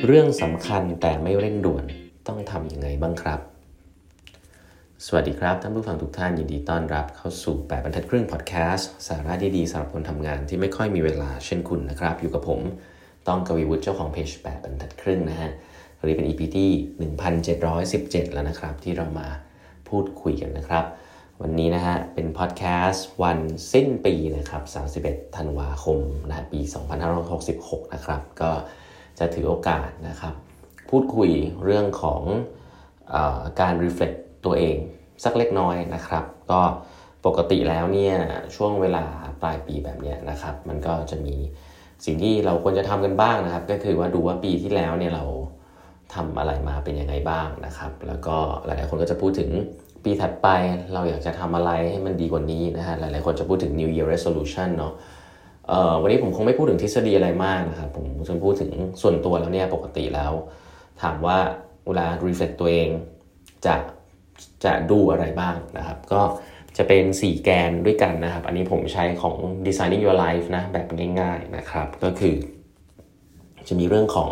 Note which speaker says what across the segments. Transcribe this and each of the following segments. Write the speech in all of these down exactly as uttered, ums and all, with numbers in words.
Speaker 1: เรื่องสำคัญแต่ไม่เร่งด่วนต้องทำยังไงบ้างครับสวัสดีครับท่านผู้ฟังทุกท่านยินดีต้อนรับเข้าสู่แปดบรรทัดครึ่งพอดแคสต์สาระดีๆสำหรับคนทำงานที่ไม่ค่อยมีเวลาเช่นคุณนะครับอยู่กับผมต้องกวีวุฒิเจ้าของเพจแปดบรรทัดครึ่งนะฮะวันนี้เป็น อี พี ที่ หนึ่งพันเจ็ดร้อยสิบเจ็ด แล้วนะครับที่เรามาพูดคุยกันนะครับวันนี้นะฮะเป็นพอดแคสต์วันสิ้นปีนะครับสามสิบเอ็ดธันวาคมนะปีสองพันห้าร้อยหกสิบหกนะครับก็จะถือโอกาสนะครับพูดคุยเรื่องของเอ่อการ reflect ตัวเองสักเล็กน้อยนะครับก็ปกติแล้วเนี่ยช่วงเวลาปลายปีแบบนี้นะครับมันก็จะมีสิ่งที่เราควรจะทำกันบ้างนะครับก็คือว่าดูว่าปีที่แล้วเนี่ยเราทำอะไรมาเป็นยังไงบ้างนะครับแล้วก็หลายๆคนก็จะพูดถึงปีถัดไปเราอยากจะทำอะไรให้มันดีกว่านี้นะฮะหลายๆคนจะพูดถึง New Year Resolution เนาะเอ่อวันนี้ผมคงไม่พูดถึงทฤษฎีอะไรมากนะครับผมจะพูดถึงส่วนตัวแล้วเนี่ยปกติแล้วถามว่าเวลา reflect ตัวเองจะจะดูอะไรบ้างนะครับก็จะเป็นสี่แกนด้วยกันนะครับอันนี้ผมใช้ของ Designing Your Life นะแบบง่ายๆนะครับก็คือจะมีเรื่องของ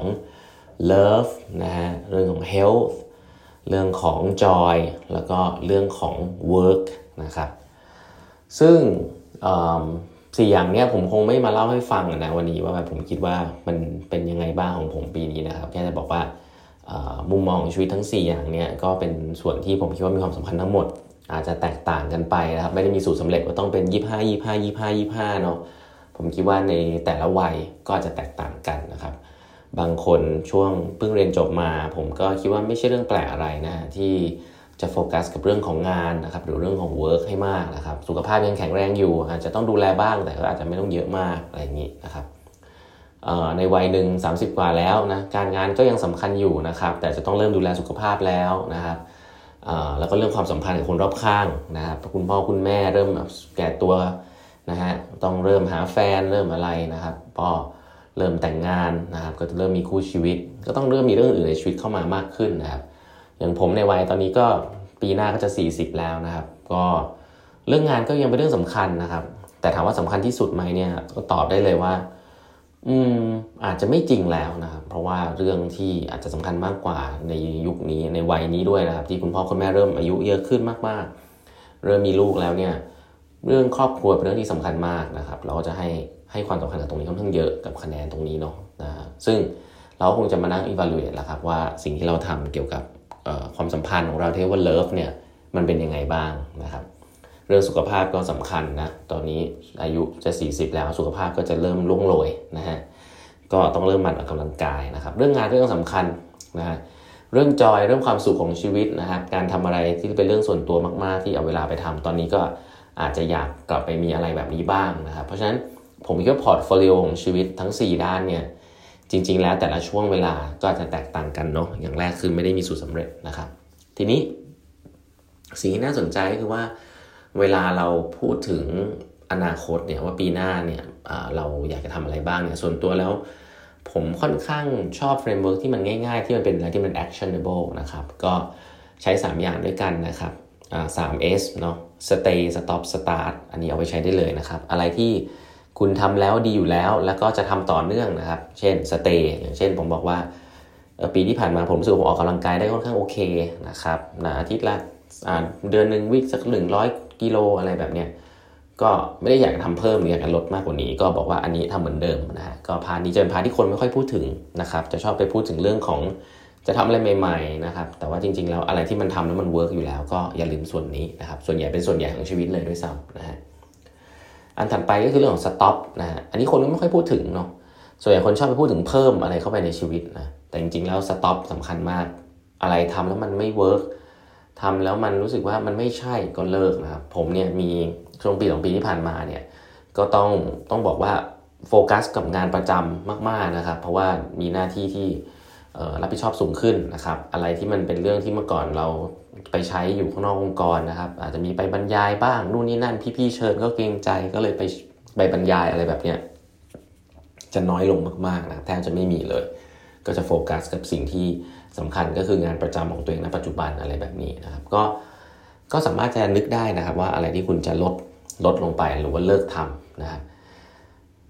Speaker 1: love นะฮะเรื่องของ health เรื่องของ joy แล้วก็เรื่องของ work นะครับซึ่งสี่อย่างเนี้ยผมคงไม่มาเล่าให้ฟังนะวันนี้ว่าแบบผมคิดว่ามันเป็นยังไงบ้างของผมปีนี้นะครับแค่จะบอกว่ามุมมองของชีวิตทั้งสี่อย่างเนี้ยก็เป็นส่วนที่ผมคิดว่ามีความสำคัญทั้งหมดอาจจะแตกต่างกันไปนะครับไม่ได้มีสูตรสำเร็จว่าต้องเป็นยี่สิบห้า ยี่สิบห้า ยี่สิบห้า ยี่สิบห้าเนาะผมคิดว่าในแต่ละวัยก็อาจจะแตกต่างกันนะครับบางคนช่วงเพิ่งเรียนจบมาผมก็คิดว่าไม่ใช่เรื่องแปลกอะไรนะที่จะโฟกัสกับเรื่องของงานนะครับหรือเรื่องของ work ให้มากนะครับสุขภาพยังแข็งแรงอยู่อาจจะต้องดูแลบ้างแต่ก็อาจจะไม่ต้องเยอะมากอะไรอย่างนี้นะครับในวัยหนึ่งสามสิบกว่าแล้วนะการงานก็ยังสำคัญอยู่นะครับแต่จะต้องเริ่มดูแลสุขภาพแล้วนะครับแล้วก็เรื่องความสัมพันธ์กับคนรอบข้างนะครับคุณพ่อคุณแม่เริ่มแก่ตัวนะฮะต้องเริ่มหาแฟนเริ่มอะไรนะครับพ่อเริ่มแต่งงานนะครับก็จะเริ่มมีคู่ชีวิตก็ต้องเริ่มมีเรื่องอื่นในชีวิตเข้ามามากขึ้นนะครับอย่างผมในวัยตอนนี้ก็ปีหน้าก็จะสี่สิบแล้วนะครับก็เรื่องงานก็ยังเป็นเรื่องสำคัญนะครับแต่ถามว่าสำคัญที่สุดไหมเนี่ยก็ตอบได้เลยว่าอืมอาจจะไม่จริงแล้วนะครับเพราะว่าเรื่องที่อาจจะสำคัญมากกว่าในยุคนี้ในวัยนี้ด้วยนะครับที่คุณพ่อคุณแม่เริ่มอายุเยอะขึ้นมากๆเริ่มมีลูกแล้วเนี่ยเรื่องครอบครัวเป็นเรื่องที่สำคัญมากนะครับเราก็จะให้ให้ความสำคัญกับตรงนี้ค่อนข้างเยอะกับคะแนนตรงนี้เนาะนะซึ่งเราคงจะมานั่ง evaluate แล้วครับว่าสิ่งที่เราทำเกี่ยวกับความสัมพันธ์ของเราที่เรียกว่า love เนี่ยมันเป็นยังไงบ้างนะครับเรื่องสุขภาพก็สำคัญนะตอนนี้อายุจะสี่สิบแล้วสุขภาพก็จะเริ่มร่วงโรยนะฮะก็ต้องเริ่มหมั่นออกกำลังกายนะครับเรื่องงานเรื่องสำคัญนะฮะเรื่องจอยเรื่องความสุขของชีวิตนะครับการทำอะไรที่เป็นเรื่องส่วนตัวมากๆที่เอาเวลาไปทำตอนนี้ก็อาจจะอยากกลับไปมีอะไรแบบนี้บ้างนะครับเพราะฉะนั้นผมคิดว่าพอร์ตโฟลิโอของชีวิตทั้งสี่ด้านเนี่ยจริงๆแล้วแต่ละช่วงเวลาก็อาจจะแตกต่างกันเนาะอย่างแรกคือไม่ได้มีสูตรสำเร็จนะครับทีนี้สิ่งที่น่าสนใจก็คือว่าเวลาเราพูดถึงอนาคตเนี่ยว่าปีหน้าเนี่ยเราอยากจะทำอะไรบ้างเนี่ยส่วนตัวแล้วผมค่อนข้างชอบเฟรมเวิร์คที่มันง่ายๆที่มันเป็นอะไรที่มัน actionable นะครับก็ใช้สามอย่างด้วยกันนะครับสาม S เนาะ stay stop start อันนี้เอาไปใช้ได้เลยนะครับอะไรที่คุณทำแล้วดีอยู่แล้วแล้วก็จะทำต่อเนื่องนะครับเช่น stay อย่างเช่นผมบอกว่าปีที่ผ่านมาผมรู้สึกผมออกกำลังกายได้ค่อนข้างโอเคนะครับนะอาทิตย์ละเดือนหนึ่งวิ่งสักหนึ่งร้อยกิโลอะไรแบบเนี้ยก็ไม่ได้อยากทำเพิ่มหรืออยากจะลดมากกว่านี้ก็บอกว่าอันนี้ทำเหมือนเดิมนะฮะก็พาร์ทนี้จะเป็นพาร์ทที่คนไม่ค่อยพูดถึงนะครับจะชอบไปพูดถึงเรื่องของจะทำอะไรใหม่ๆนะครับแต่ว่าจริงๆแล้วอะไรที่มันทำแล้วมันเวิร์กอยู่แล้วก็อย่าลืมส่วนนี้นะครับส่วนใหญ่เป็นส่วนใหญ่ของชีวิตเลยด้วยซ้ำนะฮะอันถัดไปก็คือเรื่องของสต็อปนะฮะอันนี้คนไม่ค่อยพูดถึงเนาะส่วนใหญ่คนชอบไปพูดถึงเพิ่มอะไรเข้าไปในชีวิตนะแต่จริงๆแล้วสต็อปสำคัญมากอะไรทำแล้วมันไม่เวิร์กทำแล้วมันรู้สึกว่ามันไม่ใช่ก็เลิกนะครับผมเนี่ยมีช่วงปีสองปีที่ผ่านมาเนี่ยก็ต้องต้องบอกว่าโฟกัสกับงานประจำมากๆนะครับเพราะว่ามีหน้าที่ที่รับผิดชอบสูงขึ้นนะครับอะไรที่มันเป็นเรื่องที่เมื่อก่อนเราไปใช้อยู่ข้างนอกองค์กรนะครับอาจจะมีไปบรรยายบ้างนู่นนี่นั่นพี่ๆเชิญก็เกรงใจก็เลยไปไปบรรยายอะไรแบบเนี้ยจะน้อยลงมากๆนะแทบจะไม่มีเลยก็จะโฟกัสกับสิ่งที่สำคัญก็คืองานประจำของตัวเองณปัจจุบันอะไรแบบนี้นะครับก็ก็สามารถจะนึกได้นะครับว่าอะไรที่คุณจะลดลดลงไปหรือว่าเลิกทำนะครับ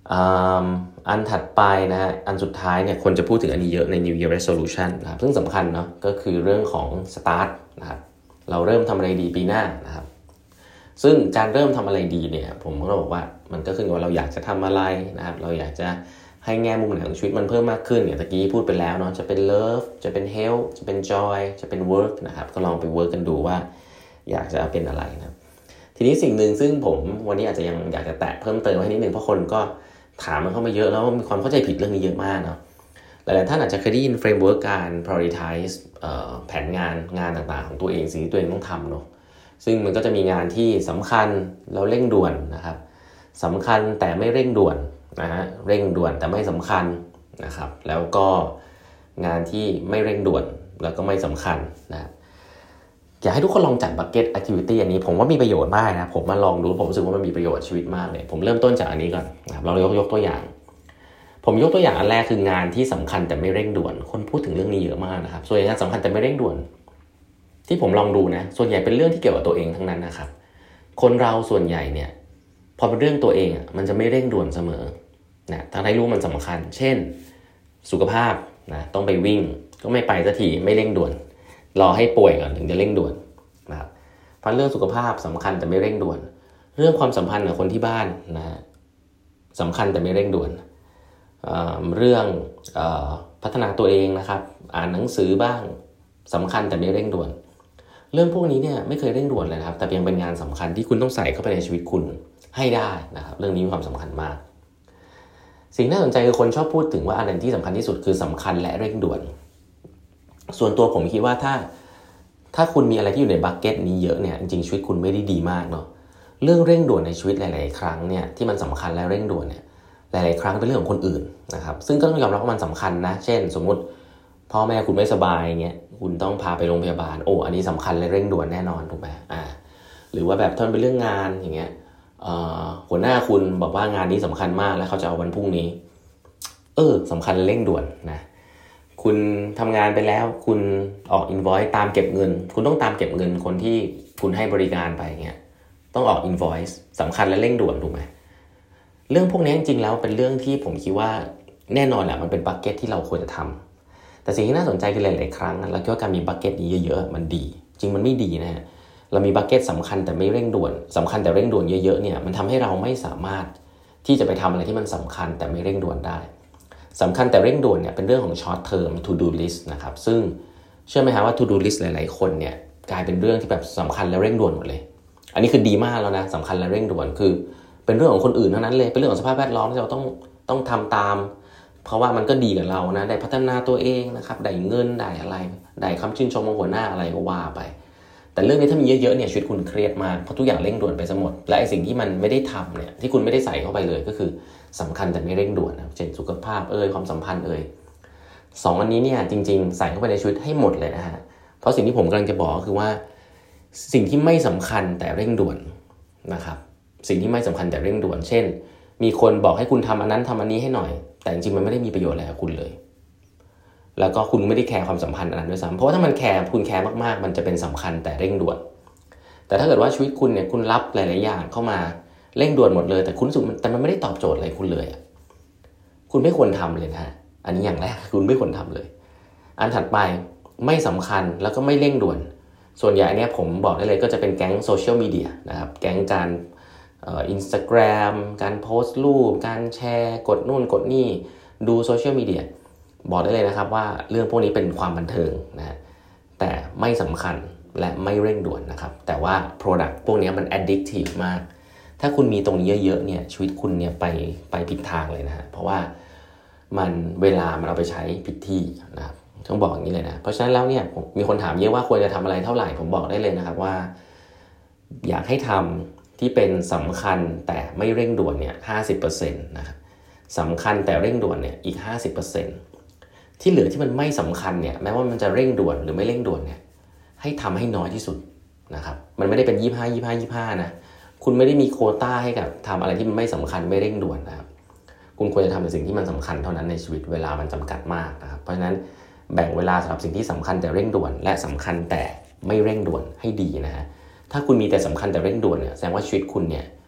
Speaker 1: อันถัดไปนะฮะอันสุดท้ายเนี่ยคนจะพูดถึงอันนี้เยอะใน New Year Resolution นะครับซึ่งสำคัญเนาะก็คือเรื่องของ start นะครับเราเริ่มทำอะไรดีปีหน้านะครับซึ่งการเริ่มทำอะไรดีเนี่ยผมก็บอกว่ามันก็ขึ้นกับว่าเราอยากจะทำอะไรนะครับเราอยากจะให้แง่มุมไหนของชีวิตมันเพิ่มมากขึ้นอย่างตะกี้พูดไปแล้วเนาะจะเป็น love จะเป็น health จะเป็น joy จะเป็น work นะครับก็ลองไป work กันดูว่าอยากจะเป็นอะไรนะทีนี้สิ่งหนึ่งซึ่งผมวันนี้อาจจะยังอยากจะแตะเพิ่มเติมให้นิดนึงเพราะคนก็ถามมันเข้ามาเยอะแล้วมีความเข้าใจผิดเรื่องนี้เยอะมากเนาะหลายๆท่านอาจจะเคยได้ยิน framework การ prioritize แผนงานงานต่างๆของตัวเองสิ่งที่ตัวเองต้องทำเนาะซึ่งมันก็จะมีงานที่สำคัญแล้วเร่งด่วนนะครับสำคัญแต่ไม่เร่งด่วนนะฮะเร่งด่วนแต่ไม่สำคัญนะครับแล้วก็งานที่ไม่เร่งด่วนแล้วก็ไม่สำคัญนะครับอยากให้ทุกคนลองจัดบัคเก็ตแอคทิวิตี้อันนี้ผมว่ามีประโยชน์มากนะผมมาลองดูผมรู้สึกว่ามันมีประโยชน์ชีวิตมากเลยผมเริ่มต้นจากอันนี้ก่อนนะครับเรายกยกตัวอย่างผมยกตัวอย่างอันแรกคืองานที่สำคัญแต่ไม่เร่งด่วนคนพูดถึงเรื่องนี้เยอะมากนะครับส่วนใหญ่งานสำคัญแต่ไม่เร่งด่วนที่ผมลองดูนะส่วนใหญ่เป็นเรื่องที่เกี่ยวกับตัวเองทั้งนั้นนะครับคนเราส่วนใหญ่เนี่ยพอเป็นเรื่องตัวเองอ่ะมันจะไม่เร่งด่วนเสมอนะทั้งที่รู้มันสำคัญเช่นสุขภาพนะต้องไปวิ่งก็ไม่ไปสักทีไม่เร่งด่วนรอให้ป่วยก่อนถึงจะเร่งด่วนนะครับเพราะเรื่องสุขภาพสำคัญแต่ไม่เร่งด่วนเรื่องความสัมพันธ์กับคนที่บ้านนะสำคัญแต่ไม่เร่งด่วน เอ่อเรื่องเอ่อพัฒนาตัวเองนะครับอ่านหนังสือบ้างสำคัญแต่ไม่เร่งด่วนเรื่องพวกนี้เนี่ยไม่เคยเร่งด่วนเลยนะครับแต่ยังเป็นงานสำคัญที่คุณต้องใส่เข้าไปในชีวิตคุณให้ได้นะครับเรื่องนี้มีความสำคัญมากสิ่งน่าสนใจคือคนชอบพูดถึงว่าอันไหนที่สำคัญที่สุดคือสำคัญและเร่งด่วนส่วนตัวผมคิดว่าถ้าถ้าคุณมีอะไรที่อยู่ในบัคเก็ตนี้เยอะเนี่ยจริงๆชีวิตคุณไม่ได้ดีมากเนาะเรื่องเร่งด่วนในชีวิตหลายๆครั้งเนี่ยที่มันสำคัญและเร่งด่วนเนี่ยหลายๆครั้งเป็นเรื่องของคนอื่นนะครับซึ่งก็ต้องยอมรับว่ามันสำคัญนะเช่นสมมุติพ่อแม่คุณไม่สบายเงี้ยคุณต้องพาไปโรงพยาบาลโอ้อันนี้สำคัญและเร่งด่วนแน่นอนถูกไหมอ่าหรือว่าแบบถ้าเป็นเรื่องงานอย่างเงี้ยหัวหน้าคุณบอกว่างานนี้สำคัญมากแล้วเขาจะเอาวันพรุ่งนี้เออสำคัญและเร่งด่วนนะคุณทำงานไปแล้วคุณออก invoice ตามเก็บเงินคุณต้องตามเก็บเงินคนที่คุณให้บริการไปเงี้ยต้องออก invoice สำคัญและเร่งด่วนถูกไหมเรื่องพวกนี้จริงๆแล้วเป็นเรื่องที่ผมคิดว่าแน่นอนแหละมันเป็นบัคเก็ตที่เราควรจะทำแต่สิ่งที่น่าสนใจคือหลายๆครั้งเราคิดว่าการมีบัคเก็ตนี้เยอะๆมันดีจริงมันไม่ดีนะฮะเรามีบัคเก็ตสำคัญแต่ไม่เร่งด่วนสำคัญแต่เร่งด่วนเยอะๆเนี่ยมันทำให้เราไม่สามารถที่จะไปทำอะไรที่มันสำคัญแต่ไม่เร่งด่วนได้สำคัญแต่เร่งด่วนเนี่ยเป็นเรื่องของ short term to do list นะครับซึ่งเชื่อไหมฮะว่า to do list หลายๆคนเนี่ยกลายเป็นเรื่องที่แบบสำคัญและเร่งด่วนหมดเลยอันนี้คือดีมากแล้วนะสำคัญและเร่งด่วนคือเป็นเรื่องของคนอื่นเท่านั้นเลยเป็นเรื่องของสภาพแวดล้อมที่เราต้องต้องทำตามเพราะว่ามันก็ดีกับเรานะได้พัฒนาตัวเองนะครับได้เงินได้อะไรได้คำชื่นชมของหัวหน้าอะไรก็ว่าไปแต่เรื่องนี้ถ้ามีเยอะๆเนี่ยชีวิตคุณเครียดมากเพราะทุกอย่างเร่งด่วนไปซะหมดและไอ้สิ่งที่มันไม่ได้ทำเนี่ยที่คุณไม่ได้ใส่เข้าไปเลยก็คือสำคัญแต่ไม่เร่งด่วนนะเช่นสุขภาพเอ่ยความสัมพันธ์เอ่ยสองอันนี้เนี่ยจริงๆใส่เข้าไปในชีวิตให้หมดเลยนะฮะเพราะสิ่งที่ผมกำลังจะบอกก็คือว่าสิ่งที่ไม่สำคัญแต่เร่งด่วนนะครับสิ่งที่ไม่สำคัญแต่เร่งด่วนเช่นมีคนบอกให้คุณทำอันนั้นทำอันนี้ให้หน่อยแต่จริงๆมันไม่ได้มีประโยชน์อะไรกับคุณเลยแล้วก็คุณไม่ได้แคร์ความสัมพันธ์อันนั้นด้วยซ้ำเพราะว่าถ้ามันแคร์คุณแคร์มากๆมันจะเป็นสำคัญแต่เร่งด่วนแต่ถ้าเกิดว่าชีวิตคุณเนี่ยคุณรับหลายๆอย่างเข้ามาเร่งด่วนหมดเลยแต่คุณรู้สึกแต่มันไม่ได้ตอบโจทย์อะไรคุณเลยอ่ะคุณไม่ควรทำเลยนะฮะอันนี้อย่างแรกคุณไม่ควรทำเลยอันถัดไปไม่สำคัญแล้วก็ไม่เร่งด่วนส่วนใหญ่เนี่ยผมบอกได้เลยก็จะเป็นแก๊งโซเชียลมีเดียนะครับแก๊งการเอ่อ Instagram การโพสต์รูปการแชร์กดนู่นกดนี่ดูโซเชียลมีเดียบอกได้เลยนะครับว่าเรื่องพวกนี้เป็นความบันเทิงนะแต่ไม่สำคัญและไม่เร่งด่วนนะครับแต่ว่า product พวกนี้มัน addictive มากถ้าคุณมีตรงนี้เยอะๆเนี่ยชีวิตคุณเนี่ยไปไปผิดทางเลยนะฮะเพราะว่ามันเวลามันเอาไปใช้ผิดที่นะครับต้องบอกอย่างนี้เลยนะเพราะฉะนั้นแล้วเนี่ยมีคนถามเยอะว่าควรจะทำอะไรเท่าไหร่ผมบอกได้เลยนะครับว่าอยากให้ทำที่เป็นสำคัญแต่ไม่เร่งด่วนเนี่ย ห้าสิบเปอร์เซ็นต์ นะครับสำคัญแต่เร่งด่วนเนี่ยอีก ห้าสิบเปอร์เซ็นต์ ที่เหลือที่มันไม่สำคัญเนี่ยแม้ว่ามันจะเร่งด่วนหรือไม่เร่งด่วนเนี่ยให้ทำให้น้อยที่สุดนะครับมันไม่ได้เป็นยี่สิบห้า ยี่สิบห้า ยี่สิบห้านะคุณไม่ได้มีโควต้าให้กับทำอะไรที่มันไม่สำคัญไม่เร่งด่วนนะครับคุณควรจะทำในสิ่งที่มันสำคัญเท่านั้นในชีวิตเวลามันจำกัดมากนะครับเพราะฉะนั้นแบ่งเวลาสำหรับสิ่งที่สำคัญแต่เร่งด่วนและสำคัญแต่ไม่เร่งด่วนให้ดีนะฮะถ้าคุณมีแต่สำคัญแต่เร่งด่วนเนี่ยแสดงว่าชีวิตคุณเนี่ย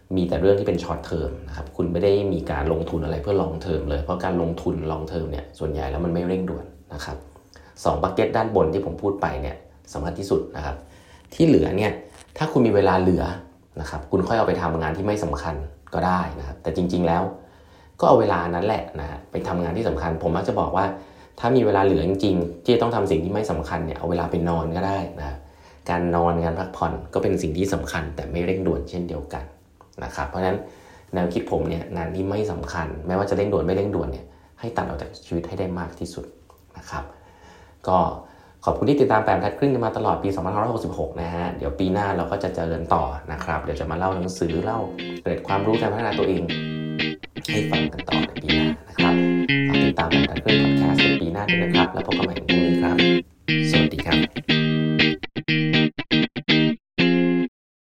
Speaker 1: มีแต่เรื่องที่เป็นช็อตเทอมนะครับคุณไม่ได้มีการลงทุนอะไรเพื่อลองเทอมเลยเพราะการลงทุนลองเทอมเนี่ยส่วนใหญ่แล้วมันไม่เร่งด่วนนะครับสองบัคเก็ตด้านบนที่ผมพูดไปเนี่ยสำคัญที่สุดนะครับที่เหลือเนี่ยถ้าคุณมีเวลาเหลือนะครับคุณค่อยเอาไปทำงานที่ไม่สำคัญก็ได้นะครับแต่จริงๆแล้วก็เอาเวลานั้นแหละนะไปทำงานที่สำคัญผมมักจะบอกว่าถ้ามีเวลาเหลือจริงๆที่ต้องทำสิ่งที่ไม่สำคัญเนี่ยเอาเวลาไปนอนก็ได้นะการนอนการพักผ่อนก็เป็นสิ่งที่สำคัญแต่ไม่เร่งด่วนเช่นเดียวกันนะครับเพราะฉะนั้นแนวคิดผมเนี่ยงานที่ไม่สำคัญแม้ว่าจะเร่งด่วนไม่เร่งด่วนเนี่ยให้ตัดออกจากชีวิตให้ได้มากที่สุดนะครับก็ขอบคุณที่ติดตามแปดบรรทัดครึ่งมาตลอดปีสองพันห้าร้อยหกสิบหกนะฮะเดี๋ยวปีหน้าเราก็จะเจริญต่อนะครับเดี๋ยวจะมาเล่าหนังสือเล่าเกร็ดความรู้การพัฒนาตัวเองให้ฟังกันต่อในปีหน้านะครับฝากติดตามแปดบรรทัดครึ่งพอดแคสต์ในปีหน้าด้วยนะครับแล้วพบกันใหม่ในปีนี้ครับสวัสดีครับ